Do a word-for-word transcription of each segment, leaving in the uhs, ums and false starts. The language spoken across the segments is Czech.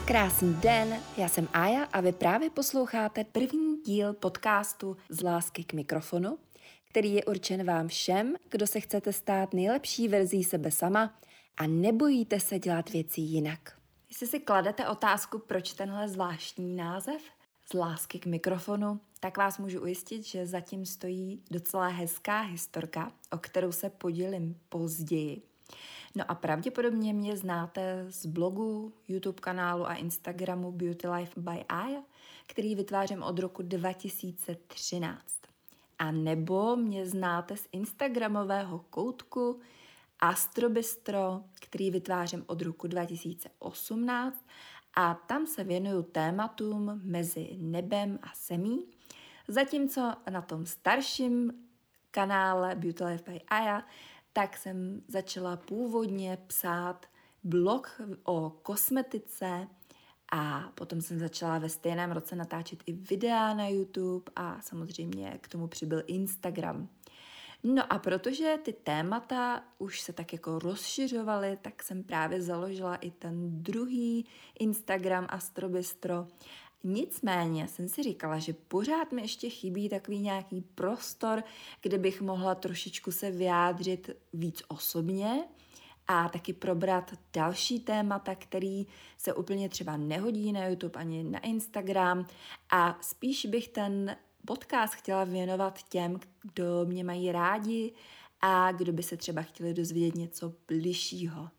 Krásný den, já jsem Aja a vy právě posloucháte první díl podcastu Z lásky k mikrofonu, který je určen vám všem, kdo se chcete stát nejlepší verzí sebe sama a nebojíte se dělat věci jinak. Jestli si kladete otázku, proč tenhle zvláštní název Z lásky k mikrofonu, tak vás můžu ujistit, že zatím stojí docela hezká historka, o kterou se podělím později. No a pravděpodobně mě znáte z blogu, YouTube kanálu a Instagramu Beauty Life by Aja, který vytvářím od roku dva tisíce třináct. A nebo mě znáte z instagramového koutku Astrobistro, který vytvářím od roku dva tisíce osmnáct a tam se věnuju tématům mezi nebem a zemí, zatímco na tom starším kanále Beauty Life by Aja tak jsem začala původně psát blog o kosmetice a potom jsem začala ve stejném roce natáčet i videa na YouTube a samozřejmě k tomu přibyl Instagram. No a protože ty témata už se tak jako rozšiřovaly, tak jsem právě založila i ten druhý Instagram Astrobistro. Nicméně jsem si říkala, že pořád mi ještě chybí takový nějaký prostor, kde bych mohla trošičku se vyjádřit víc osobně a taky probrat další témata, který se úplně třeba nehodí na YouTube ani na Instagram a spíš bych ten podcast chtěla věnovat těm, kdo mě mají rádi a kdo by se třeba chtěli dozvědět něco bližšího.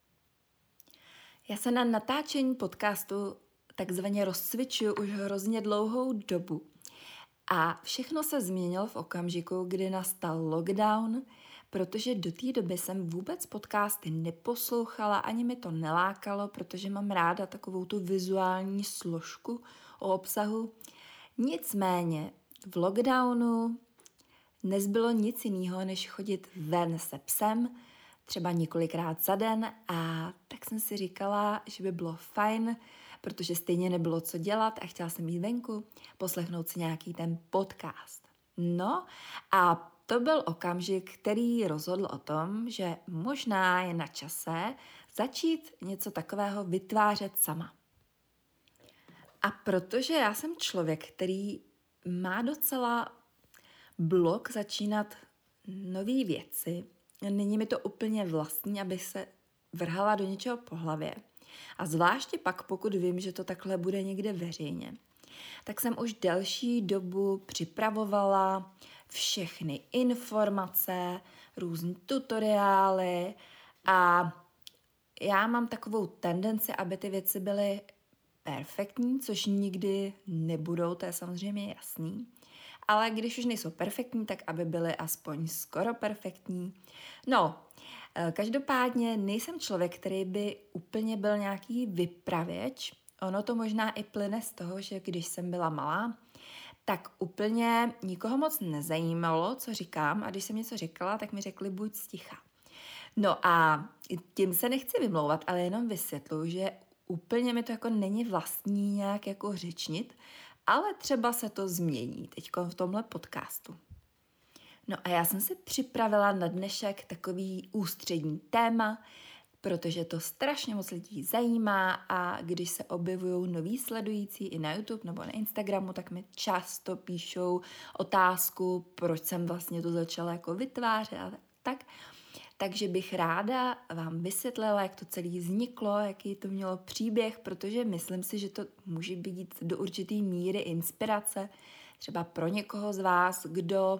Já se na natáčení podcastu takzvaně rozcvičuju už hrozně dlouhou dobu. A všechno se změnilo v okamžiku, kdy nastal lockdown, protože do té doby jsem vůbec podcasty neposlouchala, ani mi to nelákalo, protože mám ráda takovou tu vizuální složku o obsahu. Nicméně v lockdownu nezbylo nic jiného, než chodit ven se psem, třeba několikrát za den a tak jsem si říkala, že by bylo fajn, protože stejně nebylo co dělat a chtěla jsem jít venku, poslechnout si nějaký ten podcast. No a to byl okamžik, který rozhodl o tom, že možná je na čase začít něco takového vytvářet sama. A protože já jsem člověk, který má docela blok začínat nové věci, není mi to úplně vlastní, abych se vrhala do něčeho po hlavě. A zvláště pak, pokud vím, že to takhle bude někde veřejně, tak jsem už delší dobu připravovala všechny informace, různé tutoriály a já mám takovou tendenci, aby ty věci byly perfektní, což nikdy nebudou, to je samozřejmě jasný. Ale když už nejsou perfektní, tak aby byly aspoň skoro perfektní. No, každopádně nejsem člověk, který by úplně byl nějaký vypravěč. Ono to možná i plyne z toho, že když jsem byla malá, tak úplně nikoho moc nezajímalo, co říkám a když jsem něco říkala, tak mi řekli buď sticha. No a tím se nechci vymlouvat, ale jenom vysvětluji, že úplně mi to jako není vlastní nějak jako řečnit, ale třeba se to změní teď v tomhle podcastu. No a já jsem si připravila na dnešek takový ústřední téma, protože to strašně moc lidí zajímá a když se objevují noví sledující i na YouTube nebo na Instagramu, tak mi často píšou otázku, proč jsem vlastně to začala jako vytvářet a tak. Takže bych ráda vám vysvětlila, jak to celé vzniklo, jaký to mělo příběh, protože myslím si, že to může být do určité míry inspirace, třeba pro někoho z vás, kdo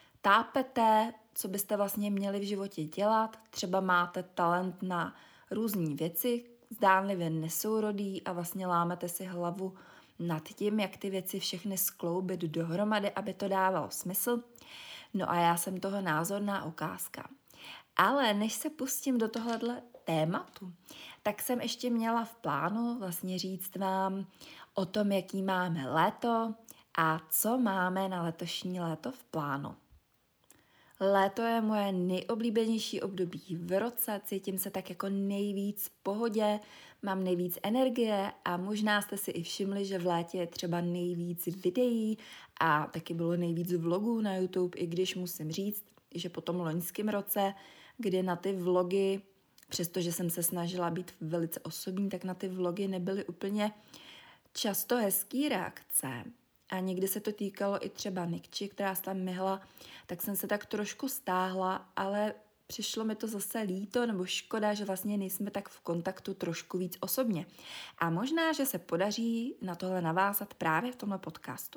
tápete, co byste vlastně měli v životě dělat, třeba máte talent na různé věci, zdánlivě nesourodý a vlastně lámete si hlavu nad tím, jak ty věci všechny skloubit dohromady, aby to dávalo smysl. No a já jsem toho názorná ukázka. Ale než se pustím do tohohle tématu, tak jsem ještě měla v plánu vlastně říct vám o tom, jaký máme léto a co máme na letošní léto v plánu. Léto je moje nejoblíbenější období v roce, cítím se tak jako nejvíc v pohodě, mám nejvíc energie a možná jste si i všimli, že v létě je třeba nejvíc videí a taky bylo nejvíc vlogů na YouTube, i když musím říct, že po tom loňském roce, kdy na ty vlogy přestože jsem se snažila být velice osobní, tak na ty vlogy nebyly úplně často hezký reakce. A někdy se to týkalo i třeba Nikči, která se tam myhla, tak jsem se tak trošku stáhla, ale přišlo mi to zase líto nebo škoda, že vlastně nejsme tak v kontaktu trošku víc osobně. A možná, že se podaří na tohle navázat právě v tomhle podcastu.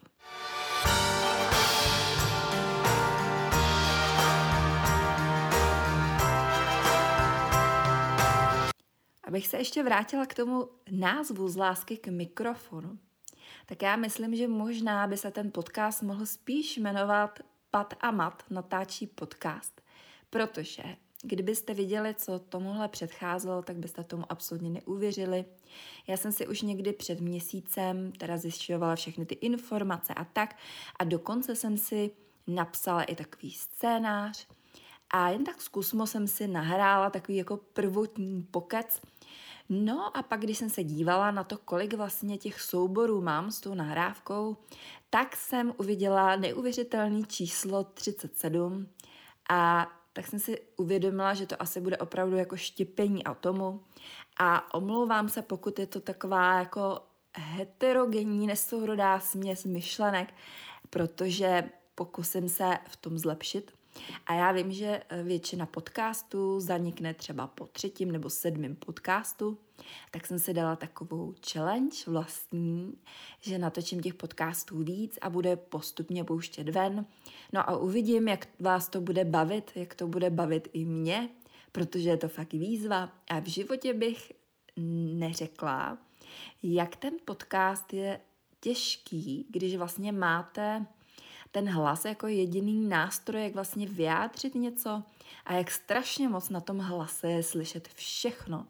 Abych se ještě vrátila k tomu názvu Z lásky k mikrofonu, tak já myslím, že možná by se ten podcast mohl spíš jmenovat Pat a Mat natáčí podcast, protože kdybyste viděli, co tomuhle předcházelo, tak byste tomu absolutně neuvěřili. Já jsem si už někdy před měsícem teda zjišťovala všechny ty informace a tak a dokonce jsem si napsala i takový scénář a jen tak zkusmo jsem si nahrála takový jako prvotní pokec. No a pak, když jsem se dívala na to, kolik vlastně těch souborů mám s tou nahrávkou, tak jsem uviděla neuvěřitelné číslo třicet sedm a tak jsem si uvědomila, že to asi bude opravdu jako štěpení atomu a omlouvám se, pokud je to taková jako heterogenní, nesourodá směs myšlenek, protože pokusím se v tom zlepšit. A já vím, že většina podcastů zanikne třeba po třetím nebo sedmém podcastu, tak jsem si dala takovou challenge vlastní, že natočím těch podcastů víc a bude postupně pouštět ven. No a uvidím, jak vás to bude bavit, jak to bude bavit i mě, protože je to fakt výzva. A v životě bych neřekla, jak ten podcast je těžký, když vlastně máte ten hlas jako jediný nástroj, jak vlastně vyjádřit něco a jak strašně moc na tom hlase je slyšet všechno.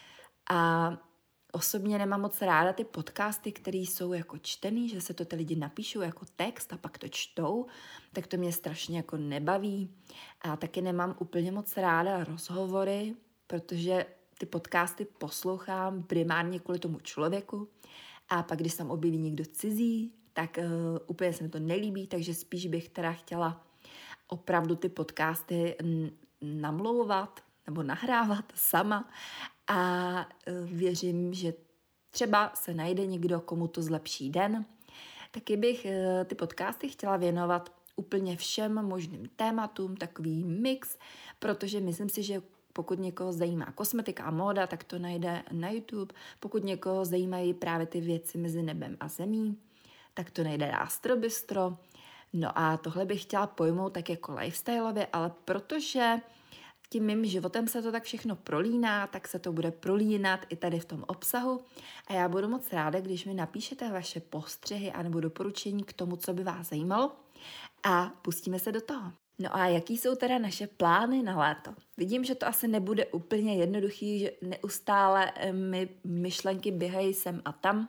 A osobně nemám moc ráda ty podcasty, které jsou jako čtený, že se to ty lidi napíšou jako text a pak to čtou, tak to mě strašně jako nebaví. A taky nemám úplně moc ráda rozhovory, protože ty podcasty poslouchám primárně kvůli tomu člověku a pak, když tam objeví někdo cizí, tak uh, úplně se mi to nelíbí, takže spíš bych teda chtěla opravdu ty podcasty n- namlouvat nebo nahrávat sama a uh, věřím, že třeba se najde někdo, komu to zlepší den. Taky bych uh, ty podcasty chtěla věnovat úplně všem možným tématům, takový mix, protože myslím si, že pokud někoho zajímá kosmetika a móda, tak to najde na YouTube. Pokud někoho zajímají právě ty věci mezi nebem a zemí, tak to nejde na Astrobistro. No a tohle bych chtěla pojmout tak jako lifestyleově, ale protože tím mým životem se to tak všechno prolíná, tak se to bude prolínat i tady v tom obsahu a já budu moc ráda, když mi napíšete vaše postřehy anebo doporučení k tomu, co by vás zajímalo a pustíme se do toho. No a jaký jsou teda naše plány na léto? Vidím, že to asi nebude úplně jednoduchý, že neustále mi myšlenky běhají sem a tam.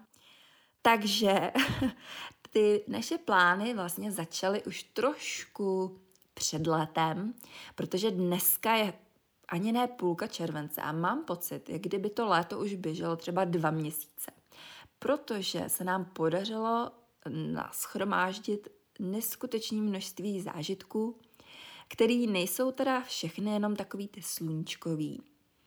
Takže ty naše plány vlastně začaly už trošku před létem, protože dneska je ani ne půlka července a mám pocit, jak kdyby to léto už běželo třeba dva měsíce. Protože se nám podařilo nashromáždit neskutečné množství zážitků, který nejsou teda všechny jenom takový ty sluníčkový,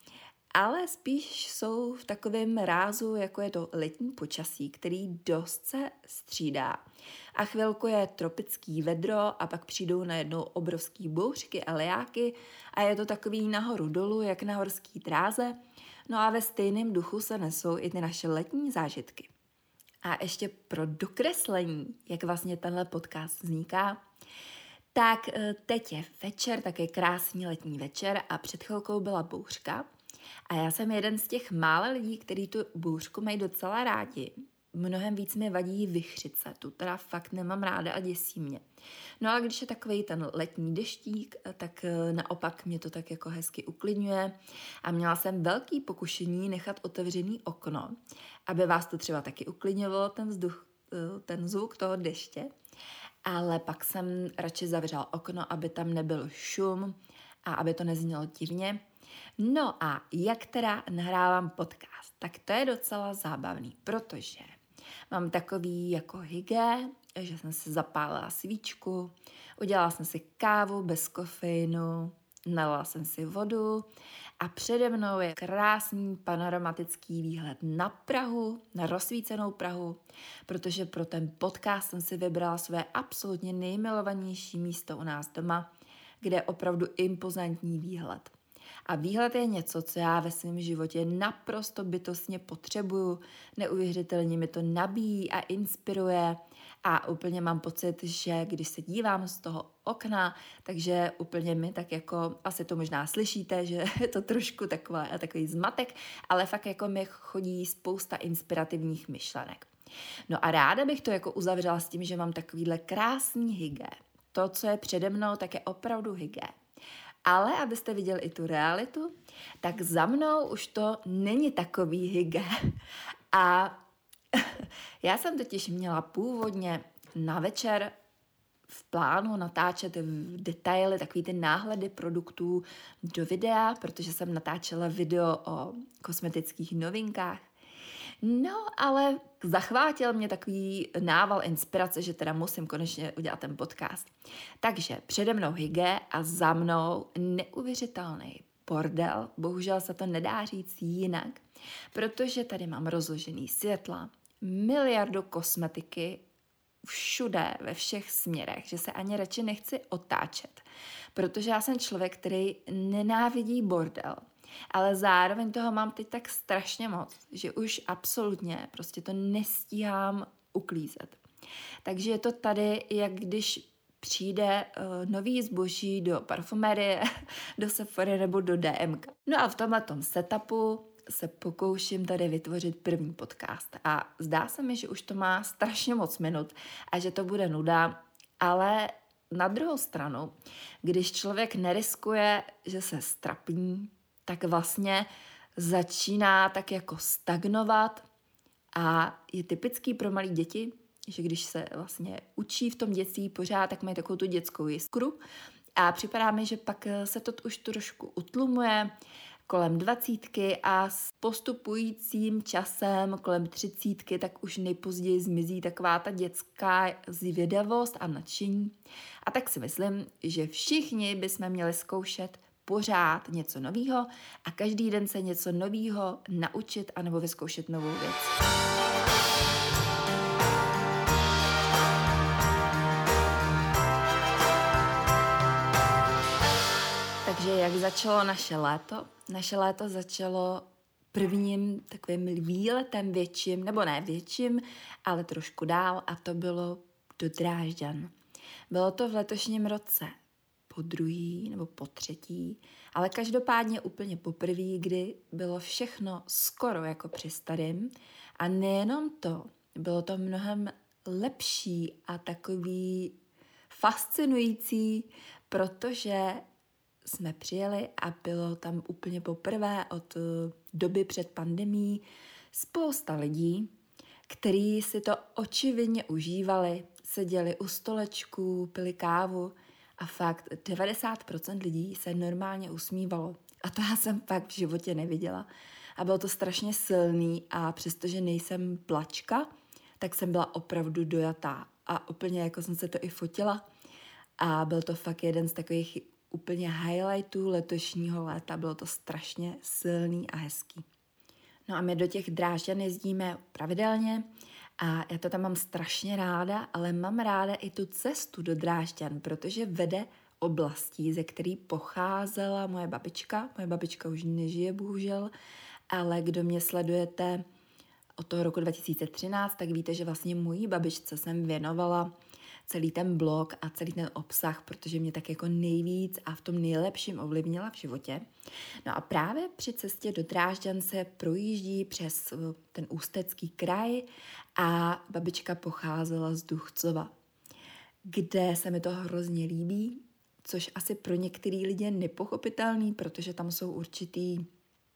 ale spíš jsou v takovém rázu, jako je to letní počasí, který dost se střídá. A chvilku je tropický vedro a pak přijdou najednou obrovský bouřky a lejáky a je to takový nahoru dolů, jak na horský dráze. No a ve stejném duchu se nesou i ty naše letní zážitky. A ještě pro dokreslení, jak vlastně tenhle podcast vzniká, tak teď je večer, tak je krásný letní večer a před chvilkou byla bouřka. A já jsem jeden z těch mála lidí, kteří tu bouřku mají docela rádi. Mnohem víc mi vadí vichřice, tu teda fakt nemám ráda a děsí mě. No a když je takovej ten letní deštík, tak naopak mě to tak jako hezky uklidňuje a měla jsem velký pokušení nechat otevřený okno, aby vás to třeba taky uklidňovalo, ten vzduch, ten zvuk toho deště. Ale pak jsem radši zavřela okno, aby tam nebyl šum a aby to neznělo divně. No a jak teda nahrávám podcast, tak to je docela zábavný, protože mám takový jako hygge, že jsem si zapálila svíčku, udělala jsem si kávu bez kofeinu, nalila jsem si vodu a přede mnou je krásný panoramatický výhled na Prahu, na rozsvícenou Prahu, protože pro ten podcast jsem si vybrala své absolutně nejmilovanější místo u nás doma, kde je opravdu impozantní výhled. A výhled je něco, co já ve svém životě naprosto bytostně potřebuju, neuvěřitelně mi to nabíjí a inspiruje a úplně mám pocit, že když se dívám z toho okna, takže úplně mi tak jako, asi to možná slyšíte, že je to trošku taková, takový zmatek, ale fakt jako mi chodí spousta inspirativních myšlenek. No a ráda bych to jako uzavřela s tím, že mám takovýhle krásný hygge. To, co je přede mnou, tak je opravdu hygge. Ale abyste viděli i tu realitu, tak za mnou už to není takový hygge. A já jsem totiž měla původně na večer v plánu natáčet v detaily, takový ty náhledy produktů do videa, protože jsem natáčela video o kosmetických novinkách. No, ale zachvátil mě takový nával inspirace, že teda musím konečně udělat ten podcast. Takže přede mnou hygge a za mnou neuvěřitelný bordel. Bohužel se to nedá říct jinak, protože tady mám rozložený světla, miliardu kosmetiky všude, ve všech směrech, že se ani radši nechci otáčet, protože já jsem člověk, který nenávidí bordel. Ale zároveň toho mám teď tak strašně moc, že už absolutně prostě to nestíhám uklízet. Takže je to tady, jak když přijde uh, nový zboží do parfumerie, do Sephory nebo do D M K. No a v tomhletom setupu se pokouším tady vytvořit první podcast. A zdá se mi, že už to má strašně moc minut a že to bude nuda, ale na druhou stranu, když člověk neriskuje, že se strapní, tak vlastně začíná tak jako stagnovat a je typický pro malé děti, že když se vlastně učí v tom dětství pořád, tak mají takovou tu dětskou jiskru a připadá mi, že pak se to už trošku utlumuje kolem dvacítky a s postupujícím časem kolem třicítky tak už nejpozději zmizí taková ta dětská zvědavost a nadšení. A tak si myslím, že všichni bychom měli zkoušet pořád něco novýho a každý den se něco novýho naučit anebo vyzkoušet novou věc. Takže jak začalo naše léto? Naše léto začalo prvním takovým výletem větším, nebo ne větším, ale trošku dál a to bylo do Drážďan. Bylo to v letošním roce po druhý nebo po třetí, ale každopádně úplně poprvý, kdy bylo všechno skoro jako při starým a nejenom to, bylo to mnohem lepší a takový fascinující, protože jsme přijeli a bylo tam úplně poprvé od doby před pandemií spousta lidí, kteří si to očividně užívali, seděli u stolečků, pili kávu a fakt devadesát procent lidí se normálně usmívalo. A to já jsem fakt v životě neviděla. A bylo to strašně silný a přestože nejsem plačka, tak jsem byla opravdu dojatá. A úplně jako jsem se to i fotila. A byl to fakt jeden z takových úplně highlightů letošního léta. Bylo to strašně silný a hezký. No a my do těch Drážďan jezdíme pravidelně a já to tam mám strašně ráda, ale mám ráda i tu cestu do Drážďan, protože vede oblastí, ze který pocházela moje babička. Moje babička už nežije, bohužel, ale kdo mě sledujete od toho roku dva tisíce třináct, tak víte, že vlastně mojí babičce jsem věnovala celý ten blog a celý ten obsah, protože mě tak jako nejvíc a v tom nejlepším ovlivnila v životě. No a právě při cestě do Drážďan se projíždí přes ten Ústecký kraj a babička pocházela z Duchcova, kde se mi to hrozně líbí, což asi pro některý lidi je nepochopitelný, protože tam jsou určitý,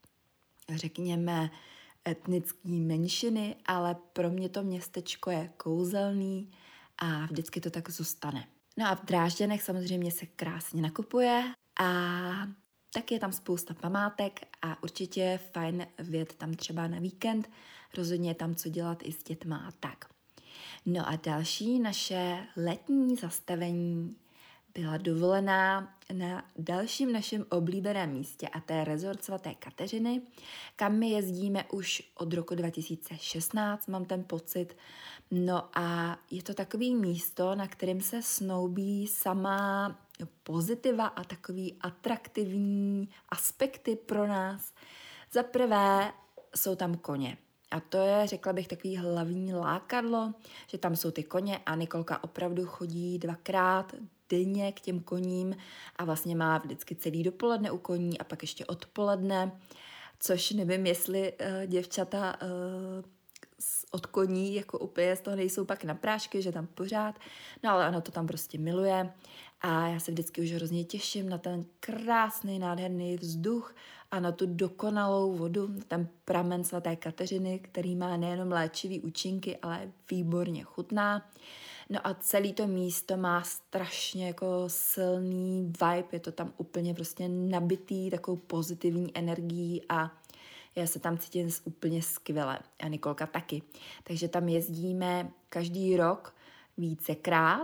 řekněme, etnický menšiny, ale pro mě to městečko je kouzelný a vždycky to tak zůstane. No a v Drážďanech samozřejmě se krásně nakupuje a tak je tam spousta památek a určitě je fajn vyjet tam třeba na víkend, rozhodně je tam co dělat i s dětma a tak. No a další naše letní zastavení byla dovolená na dalším našem oblíbeném místě a to je rezort svaté Kateřiny, kam my jezdíme už od roku dva tisíce šestnáct, mám ten pocit. No a je to takový místo, na kterém se snoubí sama pozitiva a takový atraktivní aspekty pro nás. Za prvé jsou tam koně. A to je, řekla bych, takový hlavní lákadlo, že tam jsou ty koně a Nikolka opravdu chodí dvakrát denně k těm koním a vlastně má vždycky celý dopoledne u koní a pak ještě odpoledne, což nevím, jestli uh, děvčata uh, od koní jako úplně z toho nejsou pak na prášky, že tam pořád, no ale ono to tam prostě miluje a já se vždycky už hrozně těším na ten krásný, nádherný vzduch a na tu dokonalou vodu, ten pramen svaté Kateřiny, který má nejenom léčivý účinky, ale výborně chutná. No a celé to místo má strašně jako silný vibe, je to tam úplně prostě nabitý takovou pozitivní energií a já se tam cítím úplně skvěle a Nikolka taky. Takže tam jezdíme každý rok vícekrát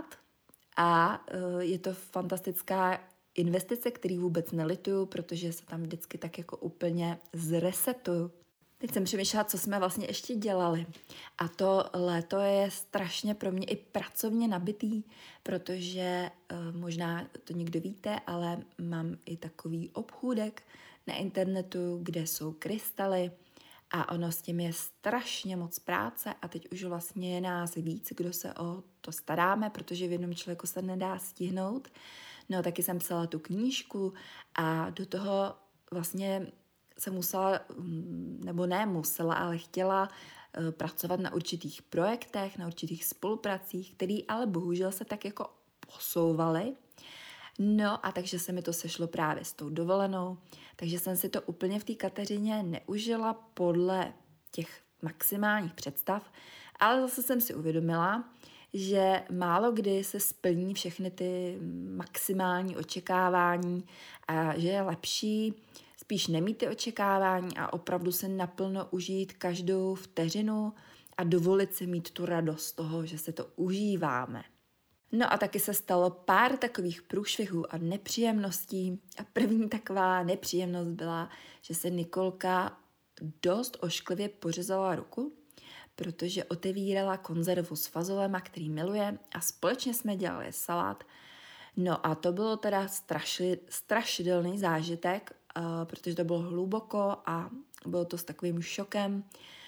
a uh, je to fantastická investice, který vůbec nelituju, protože se tam vždycky tak jako úplně zresetuju. Teď jsem přemýšlela, co jsme vlastně ještě dělali. A to léto je strašně pro mě i pracovně nabitý, protože uh, možná to někdo víte, ale mám i takový obchůdek na internetu, kde jsou krystaly a ono s tím je strašně moc práce a teď už vlastně je nás víc, kdo se o to staráme, protože v jednom člověku se nedá stihnout. No taky jsem psala tu knížku a do toho vlastně jsem musela, nebo ne musela, ale chtěla pracovat na určitých projektech, na určitých spolupracích, které ale bohužel se tak jako posouvaly. No a takže se mi to sešlo právě s tou dovolenou, takže jsem si to úplně v té Kateřině neužila podle těch maximálních představ, ale zase jsem si uvědomila, že málo kdy se splní všechny ty maximální očekávání a že je lepší spíš nemít ty očekávání a opravdu se naplno užít každou vteřinu a dovolit si mít tu radost toho, že se to užíváme. No a taky se stalo pár takových průšvihů a nepříjemností. A první taková nepříjemnost byla, že se Nikolka dost ošklivě pořezala ruku, protože otevírala konzervu s fazolema, který miluje a společně jsme dělali salát. No a to bylo teda strašli, strašidelný zážitek, uh, protože to bylo hluboko a bylo to s takovým šokem.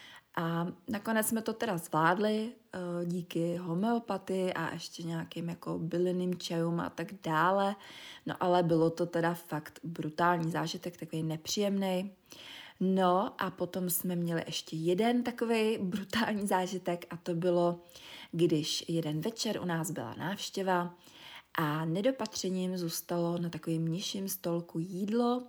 A nakonec jsme to teda zvládli uh, díky homeopatii a ještě nějakým jako bylinným čajům a tak dále. No ale bylo to teda fakt brutální zážitek, takový nepříjemný. No a potom jsme měli ještě jeden takový brutální zážitek a to bylo, když jeden večer u nás byla návštěva a nedopatřením zůstalo na takovém nižším stolku jídlo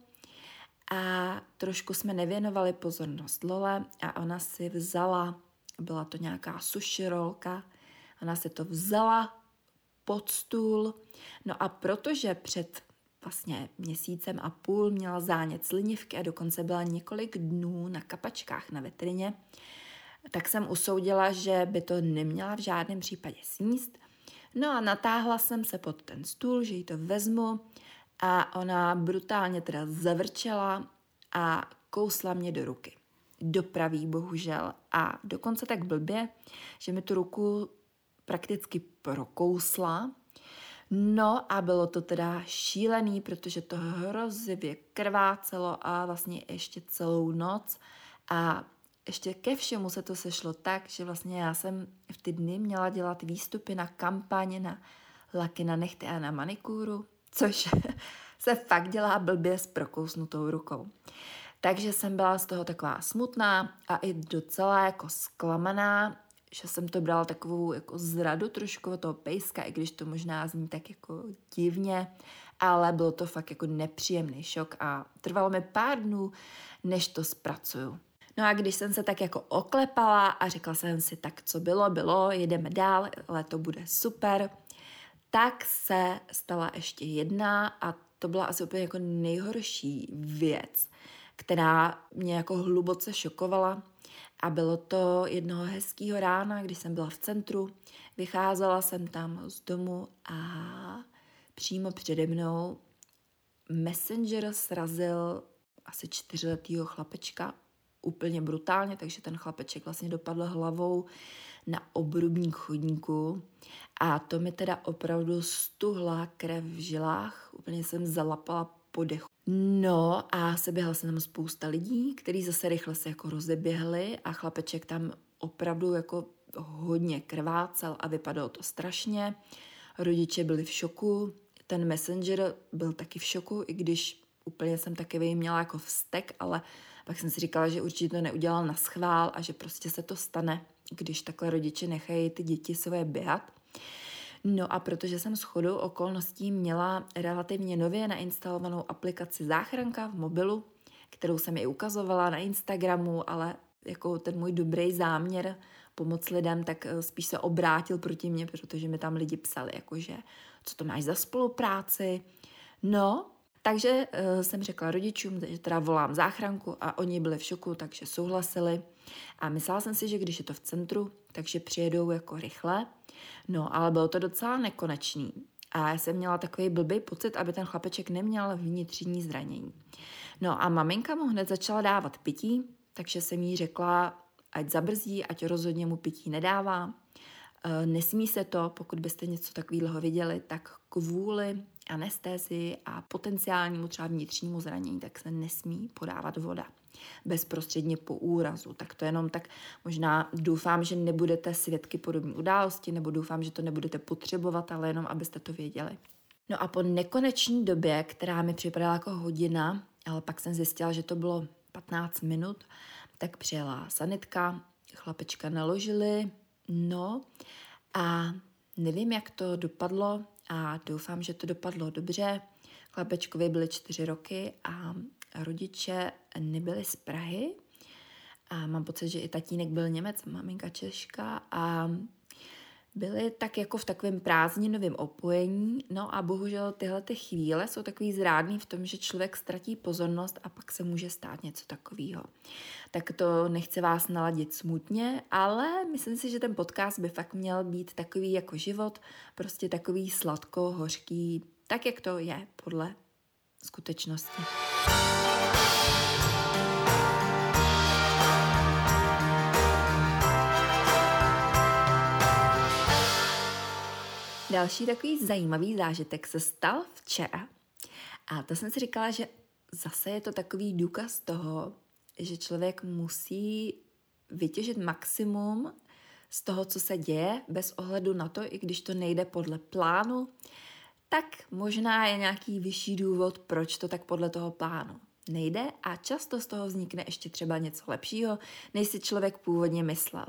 a trošku jsme nevěnovali pozornost Lole a ona si vzala, byla to nějaká sushi rolka, ona si to vzala pod stůl, no a protože před vlastně měsícem a půl měla zánět slinivky a dokonce byla několik dnů na kapačkách na veterině, tak jsem usoudila, že by to neměla v žádném případě sníst. No a natáhla jsem se pod ten stůl, že jí to vezmu a ona brutálně teda zavrčela a kousla mě do ruky. Do praví, bohužel. A dokonce tak blbě, že mi tu ruku prakticky prokousla. No a bylo to teda šílený, protože to hrozivě krvácelo a vlastně ještě celou noc. A ještě ke všemu se to sešlo tak, že vlastně já jsem v ty dny měla dělat výstupy na kampaň, na laky na nehty a na manikúru, což se fakt dělá blbě s prokousnutou rukou. Takže jsem byla z toho taková smutná a i docela jako zklamaná, že jsem to brala takovou jako zradu trošku od toho pejska, i když to možná zní tak jako divně, ale bylo to fakt jako nepříjemný šok a trvalo mi pár dnů, než to zpracuju. No a když jsem se tak jako oklepala a řekla jsem si, tak co bylo, bylo, jedeme dál, leto bude super, tak se stala ještě jedna a to byla asi úplně jako nejhorší věc, která mě jako hluboce šokovala. A bylo to jednoho hezkého rána, když jsem byla v centru, vycházela jsem tam z domu a přímo přede mnou Messenger srazil asi čtyřletýho chlapečka úplně brutálně, takže ten chlapeček vlastně dopadl hlavou na obrubník chodníku a to mi teda opravdu stuhla krev v žilách, úplně jsem zalapala po dechu. No a seběhla se tam spousta lidí, kteří zase rychle se jako rozeběhli a chlapeček tam opravdu jako hodně krvácel a vypadalo to strašně. Rodiče byli v šoku, ten Messenger byl taky v šoku, i když úplně jsem taky měla jako vztek, ale pak jsem si říkala, že určitě to neudělal na schvál a že prostě se to stane, když takhle rodiče nechají ty děti svoje běhat. No a protože jsem shodou okolností měla relativně nově nainstalovanou aplikaci Záchranka v mobilu, kterou jsem i ukazovala na Instagramu, ale jako ten můj dobrý záměr pomoct lidem, tak spíš se obrátil proti mně, protože mi tam lidi psali, jakože co to máš za spolupráci. No, takže uh, jsem řekla rodičům, že teda volám záchranku a oni byli v šoku, takže souhlasili. A myslela jsem si, že když je to v centru, takže přijedou jako rychle. No, ale bylo to docela nekonečný. A já jsem měla takový blbý pocit, aby ten chlapeček neměl vnitřní zranění. No a maminka mu hned začala dávat pití, takže jsem jí řekla, ať zabrzdí, ať rozhodně mu pití nedává. E, nesmí se to, pokud byste něco takového viděli, tak kvůli anestézii a potenciálnímu třeba vnitřnímu zranění, tak se nesmí podávat voda bezprostředně po úrazu. Tak to jenom tak možná doufám, že nebudete svědky podobné události, nebo doufám, že to nebudete potřebovat, ale jenom abyste to věděli. No a po nekoneční době, která mi připadala jako hodina, ale pak jsem zjistila, že to bylo patnáct minut, tak přijela sanitka, chlapečka naložili, no a nevím, jak to dopadlo a doufám, že to dopadlo dobře. Chlapečkovi byly čtyři roky a rodiče nebyli z Prahy a mám pocit, že i tatínek byl Němec, maminka Češka a byli tak jako v takovém prázdninovém opojení, no a bohužel tyhle ty chvíle jsou takový zrádný v tom, že člověk ztratí pozornost a pak se může stát něco takového. Tak to nechci vás naladit smutně, ale myslím si, že ten podcast by fakt měl být takový jako život, prostě takový sladko-hořký, tak jak to je podle skutečnosti. Další takový zajímavý zážitek se stal včera. A to jsem si říkala, že zase je to takový důkaz toho, že člověk musí vytěžit maximum z toho, co se děje, bez ohledu na to, i když to nejde podle plánu, tak možná je nějaký vyšší důvod, proč to tak podle toho plánu nejde a často z toho vznikne ještě třeba něco lepšího, než si člověk původně myslel.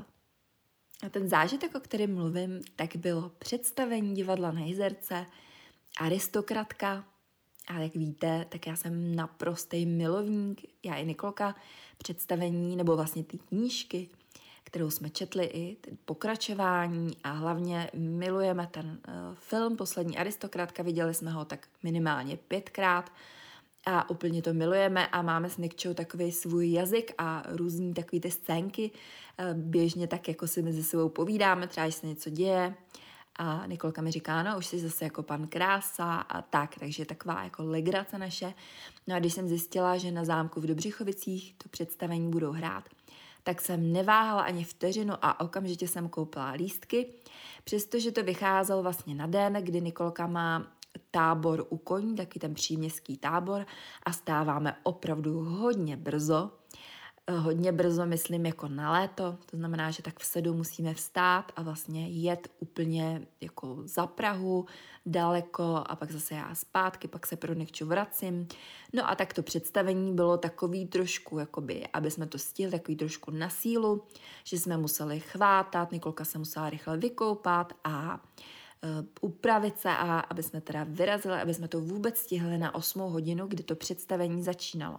A ten zážitek, o kterém mluvím, tak bylo představení divadla na Jizerce, Aristokratka. A jak víte, tak já jsem naprostý milovník, já i Nikolka, představení, nebo vlastně ty knížky, kterou jsme četli i pokračování a hlavně milujeme ten uh, film Poslední aristokratka, viděli jsme ho tak minimálně pětkrát a úplně to milujeme a máme s Nikčou takový svůj jazyk a různý takový ty scénky, uh, běžně tak jako si mezi sebou povídáme, třeba když se něco děje a Nikolka mi říká, no už jsi zase jako pan Krása a tak, takže taková jako legrace naše. No a když jsem zjistila, že na zámku v Dobřichovicích to představení budou hrát, tak jsem neváhala ani vteřinu a okamžitě jsem koupila lístky, přestože to vycházelo vlastně na den, kdy Nikolka má tábor u koní, taky ten příměstský tábor a stáváme opravdu hodně brzo. Hodně brzo myslím jako na léto, to znamená, že tak v sedm musíme vstát a vlastně jet úplně jako za Prahu, daleko a pak zase já zpátky, pak se pro Nikču vracím. No a tak to představení bylo takový trošku, jakoby, aby jsme to stihli, takový trošku na sílu, že jsme museli chvátat, Nikolka se musela rychle vykoupat a uh, upravit se a aby jsme teda vyrazili, aby jsme to vůbec stihli na osmou hodinu, kdy to představení začínalo.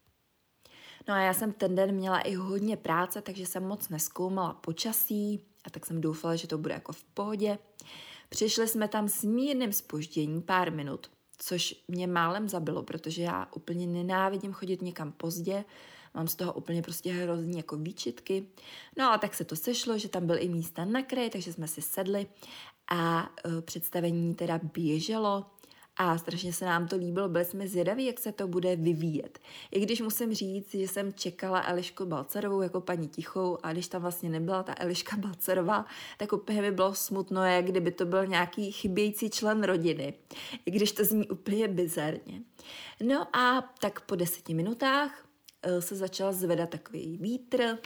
No a já jsem ten den měla i hodně práce, takže jsem moc nezkoumala počasí a tak jsem doufala, že to bude jako v pohodě. Přišli jsme tam s mírným zpožděním pár minut, což mě málem zabilo, protože já úplně nenávidím chodit někam pozdě, mám z toho úplně prostě hrozný jako výčitky. No a tak se to sešlo, že tam byl i místa na kraji, takže jsme si sedli a uh, představení teda běželo a strašně se nám to líbilo, byli jsme zvědaví, jak se to bude vyvíjet. I když musím říct, že jsem čekala Elišku Balcarovou jako paní Tichou a když tam vlastně nebyla ta Eliška Balcarová, tak úplně mi bylo smutno, jak kdyby to byl nějaký chybějící člen rodiny, i když to zní úplně bizarně. No a tak po deseti minutách se začal zvedat takový vítr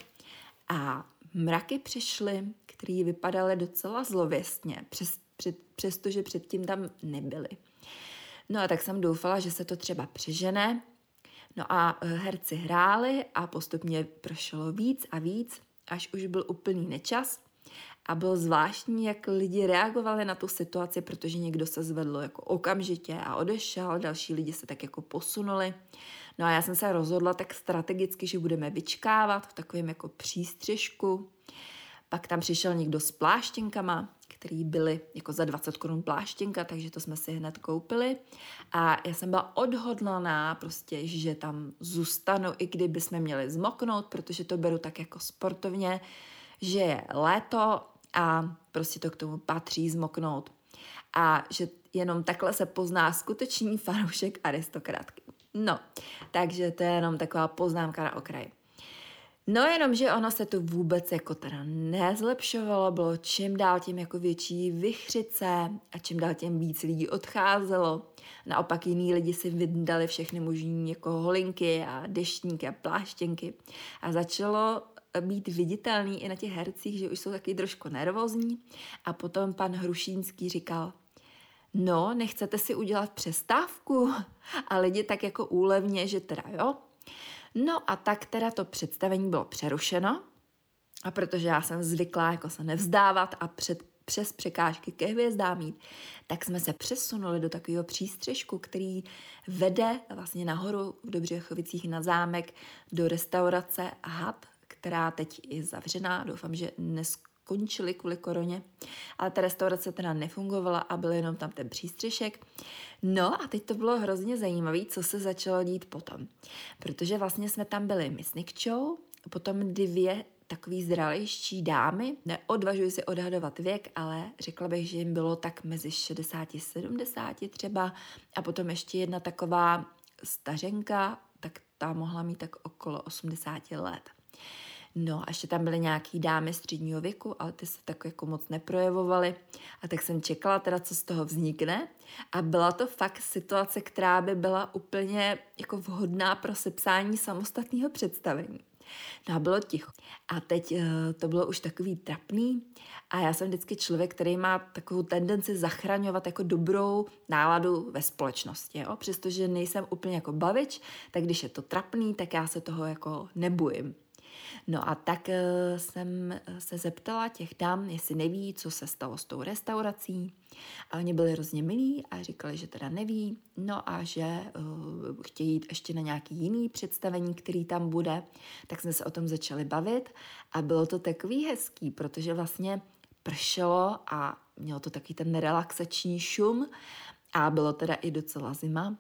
a mraky přišly, které vypadaly docela zlověstně, přes, před, přestože předtím tam nebyly. No a tak jsem doufala, že se to třeba přežene. No a herci hráli a postupně prošlo víc a víc, až už byl úplný nečas. A bylo zvláštní, jak lidi reagovali na tu situaci, protože někdo se zvedl jako okamžitě a odešel, další lidi se tak jako posunuli. No a já jsem se rozhodla tak strategicky, že budeme vyčkávat v takovém jako přístřežku. Pak tam přišel někdo s pláštěnkama, který byly jako za dvacet korun pláštěnka, takže to jsme si hned koupili. A já jsem byla odhodlaná prostě, že tam zůstanu, i kdyby jsme měli zmoknout, protože to beru tak jako sportovně, že je léto a prostě to k tomu patří zmoknout. A že jenom takhle se pozná skutečný fanoušek Aristokratky. No, takže to je jenom taková poznámka na okraji. No jenom, že ono se to vůbec jako teda nezlepšovalo, bylo čím dál tím jako větší vichřice a čím dál tím víc lidí odcházelo. Naopak jiní lidi si vydali všechny možný jako holinky a deštníky a pláštěnky a začalo být viditelný i na těch hercích, že už jsou taky trošku nervózní a potom pan Hrušínský říkal: no, nechcete si udělat přestávku? A lidi tak jako úlevně, že teda jo. No a tak teda to představení bylo přerušeno a protože já jsem zvyklá jako se nevzdávat a před, přes překážky ke hvězdám jít, tak jsme se přesunuli do takového přístřežku, který vede vlastně nahoru v Dobřechovicích na zámek do restaurace Had, která teď je zavřená. Doufám, že neskončily kvůli koroně, ale ta restaurace teda nefungovala a byl jenom tam ten přístřešek. No a teď to bylo hrozně zajímavé, co se začalo dít potom. Protože vlastně jsme tam byli my s Nikčou, potom dvě takový zralejší dámy, neodvažuji si odhadovat věk, ale řekla bych, že jim bylo tak mezi šedesát a sedmdesát třeba a potom ještě jedna taková stařenka, tak ta mohla mít tak okolo osmdesát let. No a ještě tam byly nějaký dámy středního věku, ale ty se tak jako moc neprojevovaly. A tak jsem čekala teda, co z toho vznikne. A byla to fakt situace, která by byla úplně jako vhodná pro sepsání samostatného představení. No a bylo ticho. A teď uh, to bylo už takový trapný a já jsem vždycky člověk, který má takovou tendenci zachraňovat jako dobrou náladu ve společnosti. Jo? Přestože nejsem úplně jako bavič, tak když je to trapný, tak já se toho jako nebojím. No a tak uh, jsem se zeptala těch dám, jestli neví, co se stalo s tou restaurací. A oni byli hrozně milí a říkali, že teda neví. No a že uh, chtějí jít ještě na nějaký jiný představení, který tam bude. Tak jsme se o tom začali bavit a bylo to takový hezký, protože vlastně pršelo a mělo to takový ten relaxační šum a bylo teda i docela zima.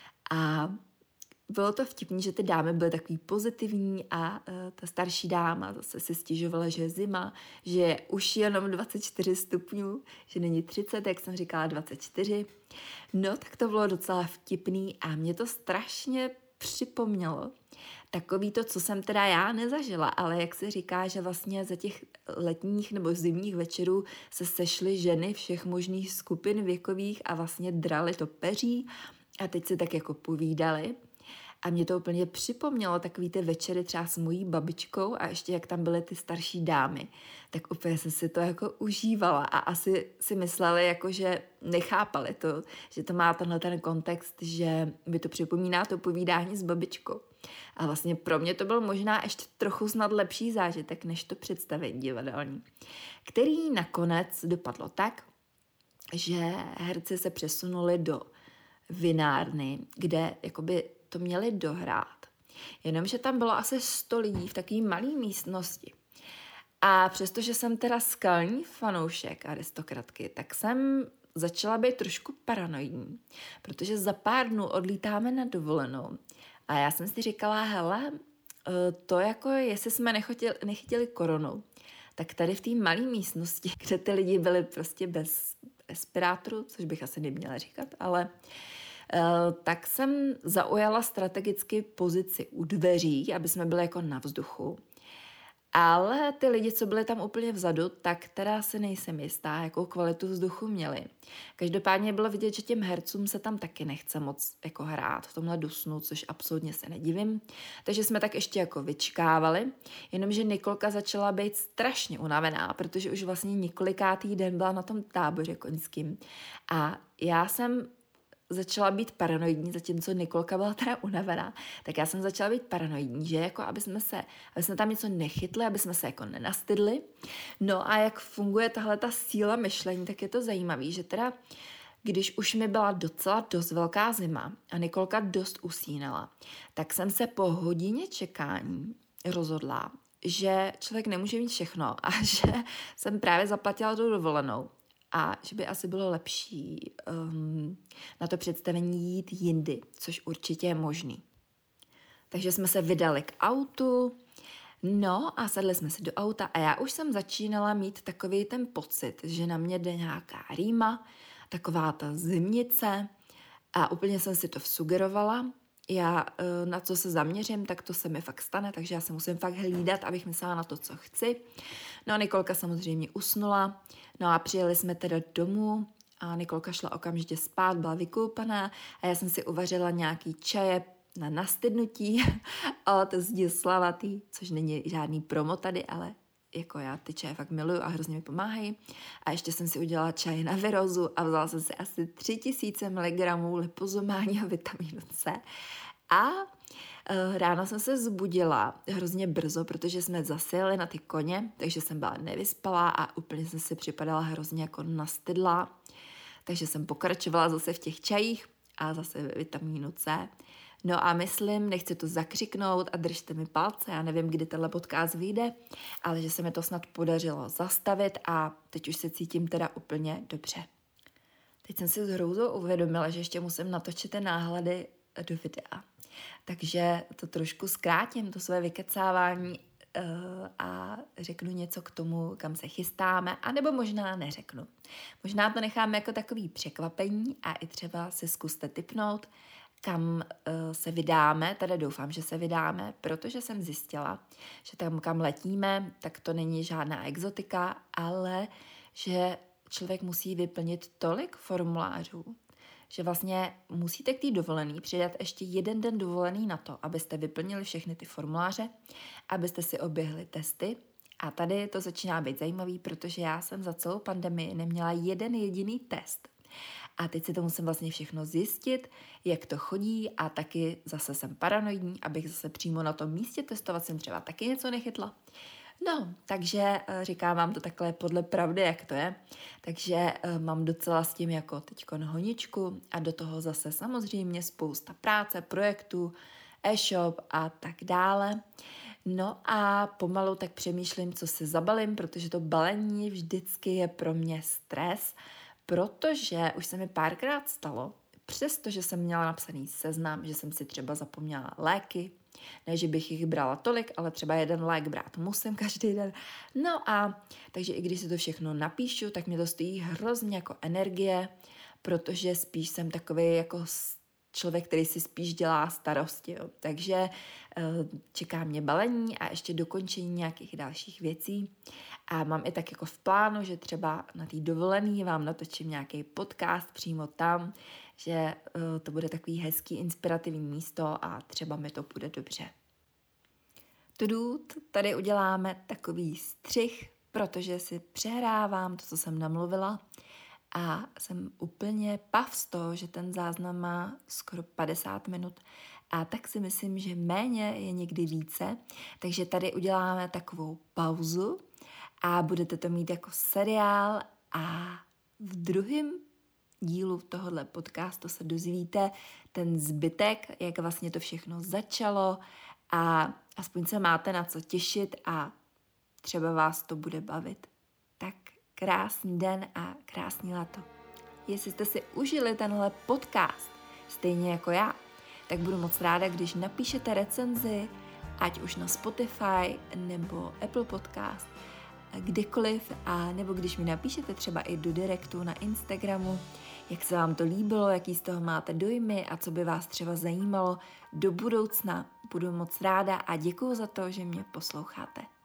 A bylo to vtipný, že ty dámy byly takový pozitivní a uh, ta starší dáma zase si stěžovala, že je zima, že je už jenom dvacet čtyři stupňů, že není třicet, jak jsem říkala, dvacet čtyři. No, tak to bylo docela vtipný a mě to strašně připomnělo takový to, co jsem teda já nezažila, ale jak se říká, že vlastně za těch letních nebo zimních večerů se sešly ženy všech možných skupin věkových a vlastně drali to peří a teď se tak jako povídali. A mě to úplně připomnělo takový ty večery třeba s mojí babičkou a ještě jak tam byly ty starší dámy. Tak úplně jsem si to jako užívala a asi si mysleli, jako že nechápali to, že to má tenhle ten kontext, že mi to připomíná to povídání s babičkou. A vlastně pro mě to byl možná ještě trochu snad lepší zážitek, než to představení divadelní, který nakonec dopadlo tak, že herci se přesunuli do vinárny, kde jakoby to měli dohrát. Jenomže tam bylo asi sto lidí v takové malé místnosti. A přestože jsem teda skalní fanoušek Aristokratky, tak jsem začala být trošku paranoidní, protože za pár dnů odlítáme na dovolenou. A já jsem si říkala, hele, to jako, jestli jsme nechytili, nechytili koronu, tak tady v té malé místnosti, kde ty lidi byli prostě bez respirátoru, což bych asi neměla říkat, ale uh, tak jsem zaujala strategicky pozici u dveří, aby jsme byli jako na vzduchu. Ale ty lidi, co byli tam úplně vzadu, tak teda si nejsem jistá, jakou kvalitu vzduchu měli. Každopádně bylo vidět, že těm hercům se tam taky nechce moc jako hrát v tomhle dusnu, což absolutně se nedivím. Takže jsme tak ještě jako vyčkávali, jenomže Nikolka začala být strašně unavená, protože už vlastně několikátý den byla na tom táboře koňským. A já jsem začala být paranoidní, zatímco Nikolka byla teda unavená, tak já jsem začala být paranoidní, že jako aby jsme se, aby jsme tam něco nechytli, aby jsme se jako nenastydli. No a jak funguje tahle ta síla myšlení, tak je to zajímavé, že teda když už mi byla docela dost velká zima a Nikolka dost usínala, tak jsem se po hodině čekání rozhodla, že člověk nemůže mít všechno a že jsem právě zaplatila tu dovolenou. A že by asi bylo lepší um, na to představení jít jindy, což určitě je možný. Takže jsme se vydali k autu, no a sedli jsme si do auta a já už jsem začínala mít takový ten pocit, že na mě jde nějaká rýma, taková ta zimnice a úplně jsem si to vsugerovala. Já na co se zaměřím, tak to se mi fakt stane, takže já se musím fakt hlídat, abych myslela na to, co chci. No a Nikolka samozřejmě usnula, no a přijeli jsme teda domů a Nikolka šla okamžitě spát, byla vykoupaná a já jsem si uvařila nějaký čaje na nastydnutí od Zdislavatý, což není žádný promo tady, ale jako já ty čaje fakt miluju a hrozně mi pomáhají. A ještě jsem si udělala čaj na virózu a vzala jsem si asi tři tisíce miligramů lipozománího vitamínu C. A uh, ráno jsem se zbudila hrozně brzo, protože jsme zasjeli na ty koně, takže jsem byla nevyspalá a úplně jsem si připadala hrozně jako nastydlá. Takže jsem pokračovala zase v těch čajích a zase vitamínu C. No a myslím, nechci to zakřiknout a držte mi palce, já nevím, kdy tenhle podcast vyjde, ale že se mi to snad podařilo zastavit a teď už se cítím teda úplně dobře. Teď jsem si s hrůzou uvědomila, že ještě musím natočit ty náhledy do videa. Takže to trošku zkrátím, to své vykecávání uh, a řeknu něco k tomu, kam se chystáme, anebo možná neřeknu. Možná to necháme jako takový překvapení a i třeba si zkuste tipnout, kam uh, se vydáme, teda doufám, že se vydáme, protože jsem zjistila, že tam, kam letíme, tak to není žádná exotika, ale že člověk musí vyplnit tolik formulářů, že vlastně musíte k té dovolený přidat ještě jeden den dovolený na to, abyste vyplnili všechny ty formuláře, abyste si oběhli testy. A tady to začíná být zajímavý, protože já jsem za celou pandemii neměla jeden jediný test. A teď si to musím vlastně všechno zjistit, jak to chodí a taky zase jsem paranoidní, abych zase přímo na tom místě testovacím třeba taky něco nechytla. No, takže říkám vám to takhle podle pravdy, jak to je. Takže mám docela s tím jako teďko na honičku a do toho zase samozřejmě spousta práce, projektů, e-shop a tak dále. No a pomalu tak přemýšlím, co si zabalím, protože to balení vždycky je pro mě stres, protože už se mi párkrát stalo, přestože jsem měla napsaný seznam, že jsem si třeba zapomněla léky, ne, že bych jich brala tolik, ale třeba jeden lék brát musím každý den. No a takže i když si to všechno napíšu, tak mě to stojí hrozně jako energie, protože spíš jsem takový jako člověk, který si spíš dělá starosti. Jo. Takže čeká mě balení a ještě dokončení nějakých dalších věcí. A mám i tak jako v plánu, že třeba na té dovolený vám natočím nějaký podcast přímo tam, že to bude takový hezký, inspirativní místo a třeba mi to bude dobře. Tudud, tady uděláme takový střih, protože si přehrávám to, co jsem namluvila a jsem úplně pav z toho, že ten záznam má skoro padesát minut a tak si myslím, že méně je někdy více, takže tady uděláme takovou pauzu a budete to mít jako seriál a v druhém dílu tohohle podcastu se dozvíte ten zbytek, jak vlastně to všechno začalo a aspoň se máte na co těšit a třeba vás to bude bavit. Tak krásný den a krásný léto. Jestli jste si užili tenhle podcast, stejně jako já, tak budu moc ráda, když napíšete recenzi, ať už na Spotify nebo Apple Podcast, kdekoliv, a nebo když mi napíšete třeba i do direktu na Instagramu, jak se vám to líbilo, jaký z toho máte dojmy a co by vás třeba zajímalo do budoucna. Budu moc ráda a děkuju za to, že mě posloucháte.